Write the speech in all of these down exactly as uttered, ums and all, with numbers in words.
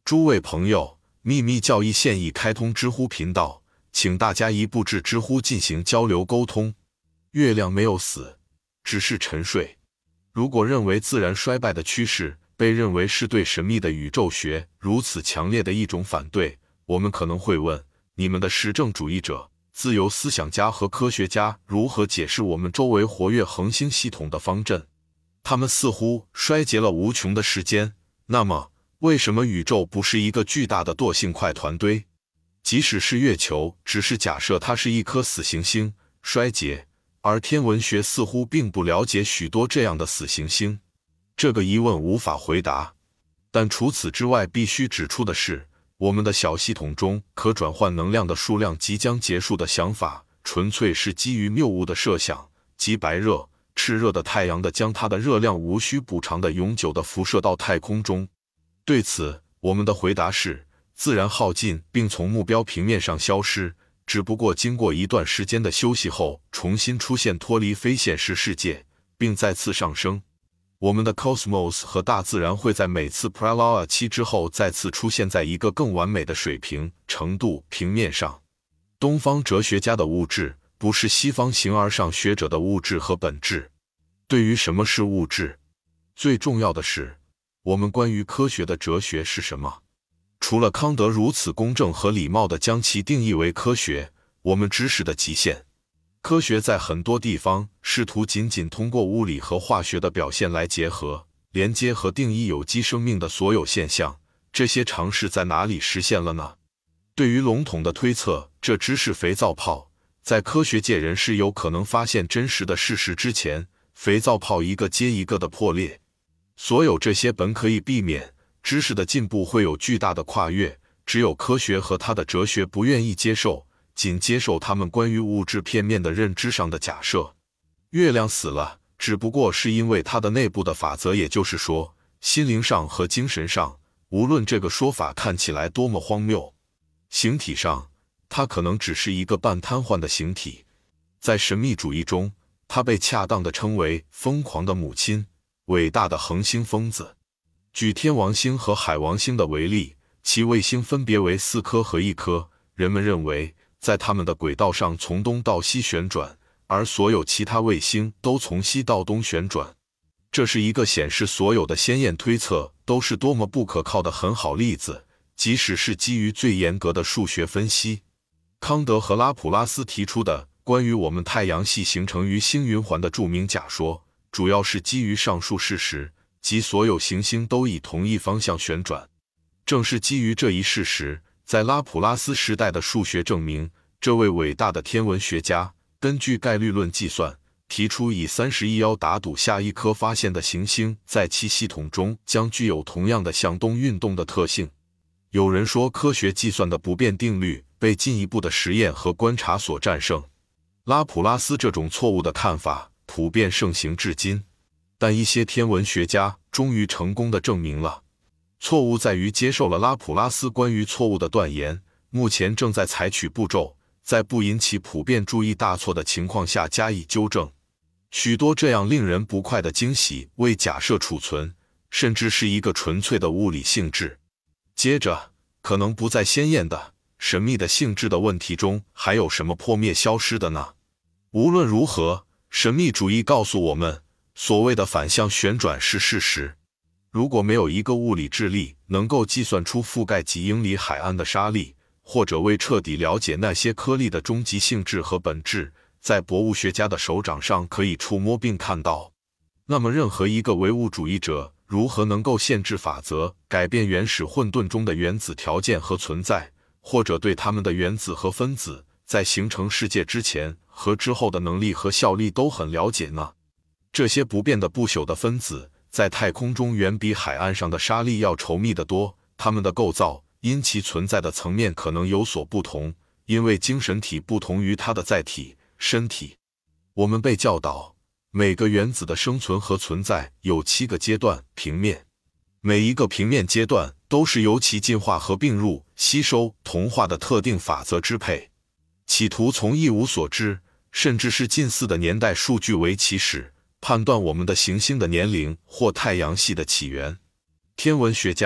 诸位朋友，秘密教义现已开通知乎频道，请大家一步至知乎进行交流沟通。月亮没有死，只是沉睡。如果认为自然衰败的趋势被认为是对神秘的宇宙学如此强烈的一种反对，我们可能会问，你们的实证主义者、自由思想家和科学家如何解释我们周围活跃恒星系统的方阵？它们似乎衰竭了无穷的时间，那么为什么宇宙不是一个巨大的惰性块团堆？即使是月球，只是假设它是一颗死行星，衰竭，而天文学似乎并不了解许多这样的死行星。这个疑问无法回答。但除此之外，必须指出的是，我们的小系统中可转换能量的数量即将结束的想法，纯粹是基于谬误的设想，即白热、炽热的太阳的将它的热量无需补偿的永久地辐射到太空中。对此，我们的回答是，自然耗尽并从目标平面上消失，只不过经过一段时间的休息后，重新出现脱离非现实世界，并再次上升。我们的 cosmos 和大自然会在每次 Pralaya 期之后再次出现在一个更完美的水平、程度、平面上。东方哲学家的物质不是西方形而上学者的物质和本质。对于什么是物质，最重要的是，我们关于科学的哲学是什么？除了康德如此公正和礼貌地将其定义为科学，我们知识的极限。科学在很多地方试图仅仅通过物理和化学的表现来结合、连接和定义有机生命的所有现象，这些尝试在哪里实现了呢？对于笼统的推测，这只是肥皂泡。在科学界人士有可能发现真实的事实之前，肥皂泡一个接一个的破裂。所有这些本可以避免，知识的进步会有巨大的跨越，只有科学和它的哲学不愿意接受，仅接受他们关于物质片面的认知上的假设。月亮死了，只不过是因为它的内部的法则，也就是说，心灵上和精神上，无论这个说法看起来多么荒谬，形体上，它可能只是一个半瘫痪的形体。在神秘主义中，它被恰当地称为疯狂的母亲，伟大的恒星疯子。举天王星和海王星的为例，其卫星分别为四颗和一颗，人们认为在它们的轨道上从东到西旋转，而所有其他卫星都从西到东旋转。这是一个显示所有的先验推测都是多么不可靠的很好例子，即使是基于最严格的数学分析。康德和拉普拉斯提出的关于我们太阳系形成于星云环的著名假说，主要是基于上述事实，即所有行星都以同一方向旋转。正是基于这一事实，在拉普拉斯时代的数学证明，这位伟大的天文学家根据概率论计算，提出以三十一幺打赌下一颗发现的行星在其系统中将具有同样的向东运动的特性。有人说，科学计算的不变定律被进一步的实验和观察所战胜。拉普拉斯这种错误的看法普遍盛行至今，但一些天文学家终于成功地证明了错误在于接受了拉普拉斯关于错误的断言，目前正在采取步骤，在不引起普遍注意大错的情况下加以纠正。许多这样令人不快的惊喜为假设储存，甚至是一个纯粹的物理性质。接着，可能不再鲜艳的、神秘的性质的问题中，还有什么破灭消失的呢？无论如何，神秘主义告诉我们，所谓的反向旋转是事实。如果没有一个物理智力能够计算出覆盖几英里海岸的沙粒，或者为彻底了解那些颗粒的终极性质和本质，在博物学家的手掌上可以触摸并看到，那么任何一个唯物主义者如何能够限制法则，改变原始混沌中的原子条件和存在，或者对它们的原子和分子在形成世界之前和之后的能力和效力都很了解呢？这些不变的不朽的分子在太空中远比海岸上的沙粒要稠密得多，它们的构造因其存在的层面可能有所不同，因为精神体不同于它的载体身体。我们被教导，每个原子的生存和存在有七个阶段平面，每一个平面阶段都是由其进化和并入、吸收、同化的特定法则支配，企图从一无所知，甚至是近似的年代数据为起始，判断我们的行星的年龄或太阳系的起源。天文学家、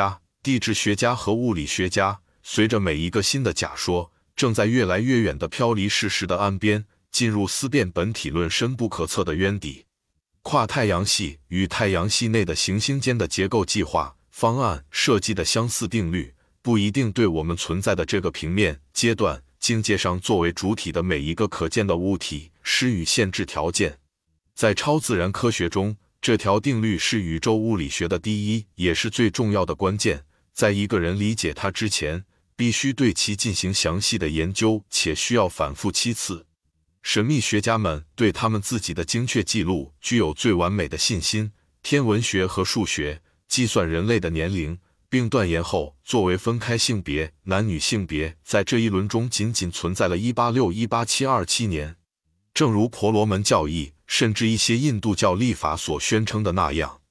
地质学家和物理学家随着每一个新的假说，正在越来越远地飘离事实的岸边，进入思辨本体论深不可测的渊底。跨太阳系与太阳系内的行星间的结构计划方案设计的相似定律，不一定对我们存在的这个平面阶段境界上作为主体的每一个可见的物体施予限制条件。在超自然科学中，这条定律是宇宙物理学的第一也是最重要的关键。在一个人理解它之前，必须对其进行详细的研究，且需要反复七次。神秘学家们对他们自己的精确记录具有最完美的信心。天文学和数学计算人类的年龄，并断言后作为分开性别男女性别在这一轮中仅仅存在了一八六至一八七二七年。正如婆罗门教义甚至一些印度教历法所宣称的那样，